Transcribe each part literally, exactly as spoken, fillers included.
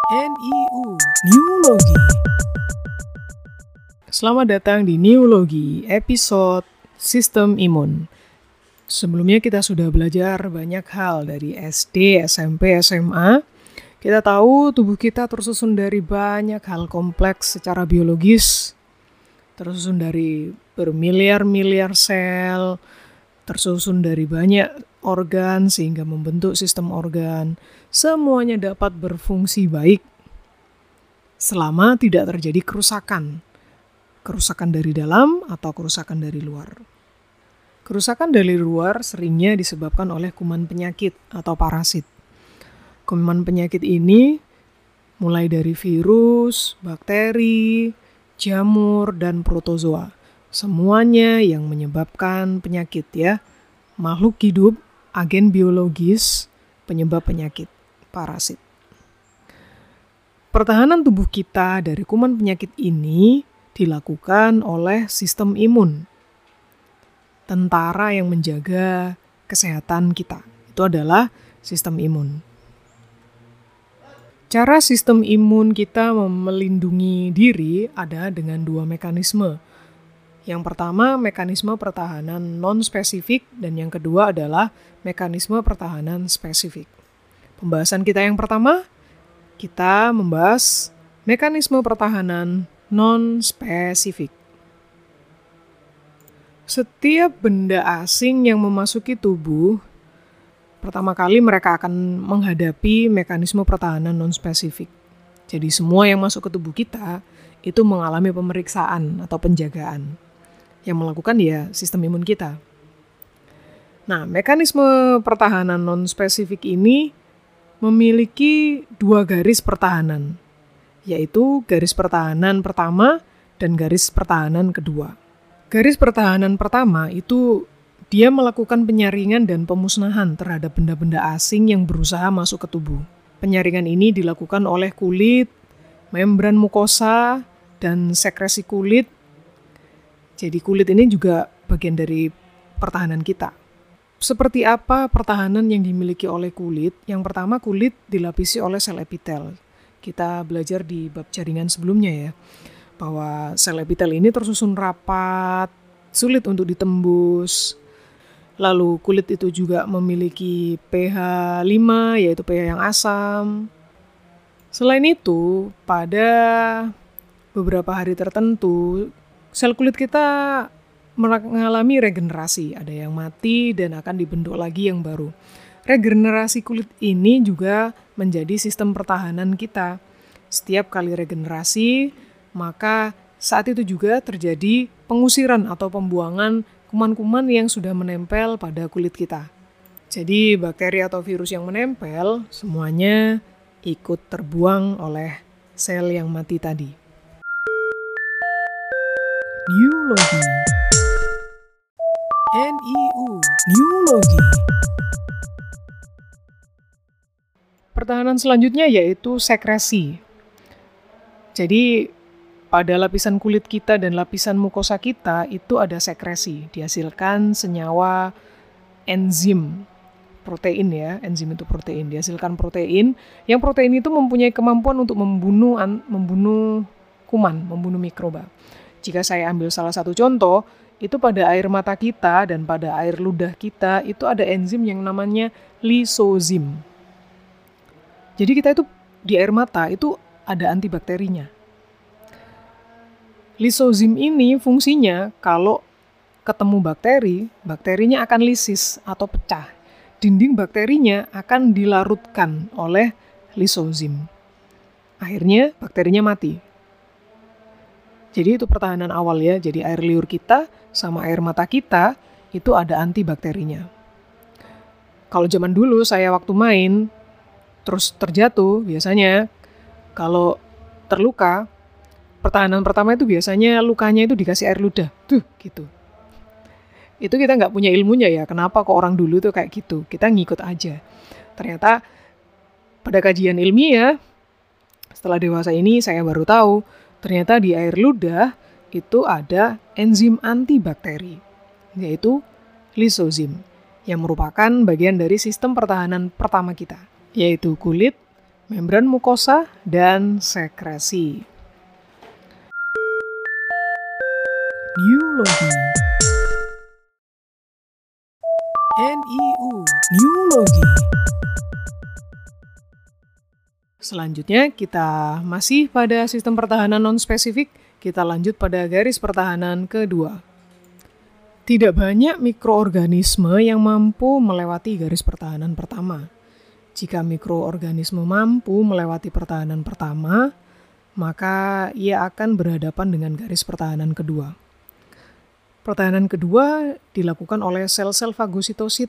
N I U Neurologi. Selamat datang di Neurologi, episode Sistem Imun. Sebelumnya kita sudah belajar banyak hal dari S D, S M P, S M A. Kita tahu tubuh kita tersusun dari banyak hal kompleks secara biologis. Tersusun dari bermiliar-miliar sel, tersusun dari banyak organ sehingga membentuk sistem organ. Semuanya dapat berfungsi baik selama tidak terjadi kerusakan. Kerusakan dari dalam atau kerusakan dari luar. Kerusakan dari luar seringnya disebabkan oleh kuman penyakit atau parasit. Kuman penyakit ini mulai dari virus, bakteri, jamur, dan protozoa. Semuanya yang menyebabkan penyakit ya. Makhluk hidup, agen biologis, penyebab penyakit, parasit. Pertahanan tubuh kita dari kuman penyakit ini dilakukan oleh sistem imun. Tentara yang menjaga kesehatan kita. Itu adalah sistem imun. Cara sistem imun kita melindungi diri ada dengan dua mekanisme. Yang pertama, mekanisme pertahanan non-spesifik, dan yang kedua adalah mekanisme pertahanan spesifik. Pembahasan kita yang pertama, kita membahas mekanisme pertahanan non-spesifik. Setiap benda asing yang memasuki tubuh, pertama kali mereka akan menghadapi mekanisme pertahanan non-spesifik. Jadi semua yang masuk ke tubuh kita itu mengalami pemeriksaan atau penjagaan. Yang melakukan ya sistem imun kita. Nah, mekanisme pertahanan non-spesifik ini memiliki dua garis pertahanan, yaitu garis pertahanan pertama dan garis pertahanan kedua. Garis pertahanan pertama itu dia melakukan penyaringan dan pemusnahan terhadap benda-benda asing yang berusaha masuk ke tubuh. Penyaringan ini dilakukan oleh kulit, membran mukosa, dan sekresi kulit. Jadi kulit ini juga bagian dari pertahanan kita. Seperti apa pertahanan yang dimiliki oleh kulit? Yang pertama, kulit dilapisi oleh sel epitel. Kita belajar di bab jaringan sebelumnya ya, bahwa sel epitel ini tersusun rapat, sulit untuk ditembus. Lalu kulit itu juga memiliki pH lima, yaitu pH yang asam. Selain itu, pada beberapa hari tertentu, sel kulit kita mengalami regenerasi. Ada yang mati dan akan dibentuk lagi yang baru. Regenerasi kulit ini juga menjadi sistem pertahanan kita. Setiap kali regenerasi, maka saat itu juga terjadi pengusiran atau pembuangan kuman-kuman yang sudah menempel pada kulit kita. Jadi bakteri atau virus yang menempel, semuanya ikut terbuang oleh sel yang mati tadi. Neurologi. N I U Neurologi. Pertahanan selanjutnya yaitu sekresi. Jadi pada lapisan kulit kita dan lapisan mukosa kita itu ada sekresi, dihasilkan senyawa enzim protein ya, enzim itu protein, dihasilkan protein. Yang protein itu mempunyai kemampuan untuk membunuh membunuh kuman, membunuh mikroba. Jika saya ambil salah satu contoh, itu pada air mata kita dan pada air ludah kita itu ada enzim yang namanya lisozim. Jadi kita itu di air mata itu ada antibakterinya. Lisozim ini fungsinya kalau ketemu bakteri, bakterinya akan lisis atau pecah. Dinding bakterinya akan dilarutkan oleh lisozim. Akhirnya bakterinya mati. Jadi itu pertahanan awal ya, jadi air liur kita sama air mata kita itu ada antibakterinya. Kalau zaman dulu saya waktu main, terus terjatuh, biasanya kalau terluka, pertahanan pertama itu biasanya lukanya itu dikasih air ludah, tuh gitu. Itu kita nggak punya ilmunya ya, kenapa kok orang dulu tuh kayak gitu, kita ngikut aja. Ternyata pada kajian ilmiah, setelah dewasa ini saya baru tahu, ternyata di air ludah itu ada enzim antibakteri, yaitu lisozim, yang merupakan bagian dari sistem pertahanan pertama kita, yaitu kulit, membran mukosa, dan sekresi. Neurologi. N I U, Neurologi. Selanjutnya kita masih pada sistem pertahanan non-spesifik, kita lanjut pada garis pertahanan kedua. Tidak banyak mikroorganisme yang mampu melewati garis pertahanan pertama. Jika mikroorganisme mampu melewati pertahanan pertama, maka ia akan berhadapan dengan garis pertahanan kedua. Pertahanan kedua dilakukan oleh sel-sel fagositosit.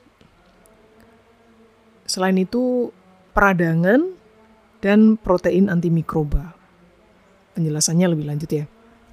Selain itu, peradangan dan protein antimikroba. Penjelasannya lebih lanjut ya.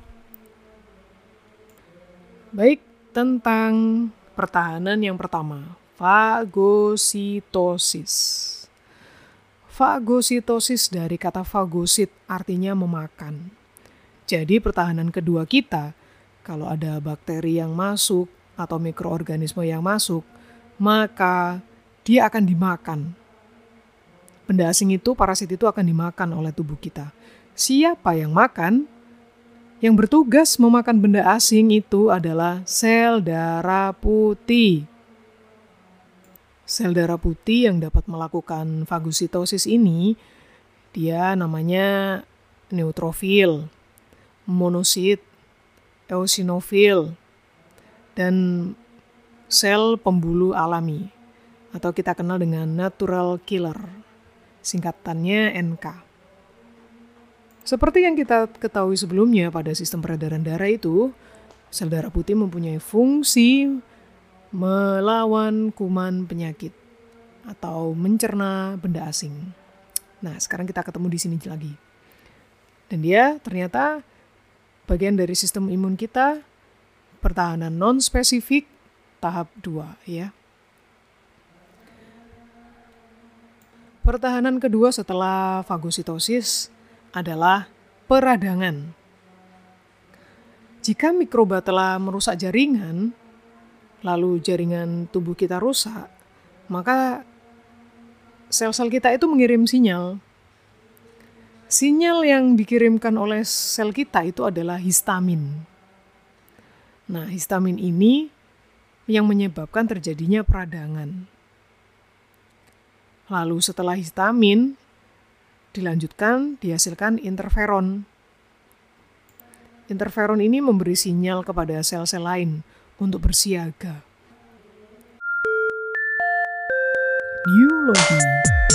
Baik, tentang pertahanan yang pertama, fagositosis. Fagositosis dari kata fagosit artinya memakan. Jadi pertahanan kedua kita, kalau ada bakteri yang masuk atau mikroorganisme yang masuk, maka dia akan dimakan. Benda asing itu, parasit itu akan dimakan oleh tubuh kita. Siapa yang makan? Yang bertugas memakan benda asing itu adalah sel darah putih. Sel darah putih yang dapat melakukan fagositosis ini, dia namanya neutrofil, monosit, eosinofil, dan sel pembuluh alami, atau kita kenal dengan natural killer, singkatannya N K. Seperti yang kita ketahui sebelumnya pada sistem peredaran darah itu, sel darah putih mempunyai fungsi melawan kuman penyakit atau mencerna benda asing. Nah, sekarang kita ketemu di sini lagi. Dan dia ternyata bagian dari sistem imun kita, pertahanan non-spesifik tahap dua ya. Pertahanan kedua setelah fagositosis adalah peradangan. Jika mikroba telah merusak jaringan, lalu jaringan tubuh kita rusak, maka sel-sel kita itu mengirim sinyal. Sinyal yang dikirimkan oleh sel kita itu adalah histamin. Nah, histamin ini yang menyebabkan terjadinya peradangan. Lalu setelah histamin, dilanjutkan dihasilkan interferon. Interferon ini memberi sinyal kepada sel-sel lain untuk bersiaga. Neurologi.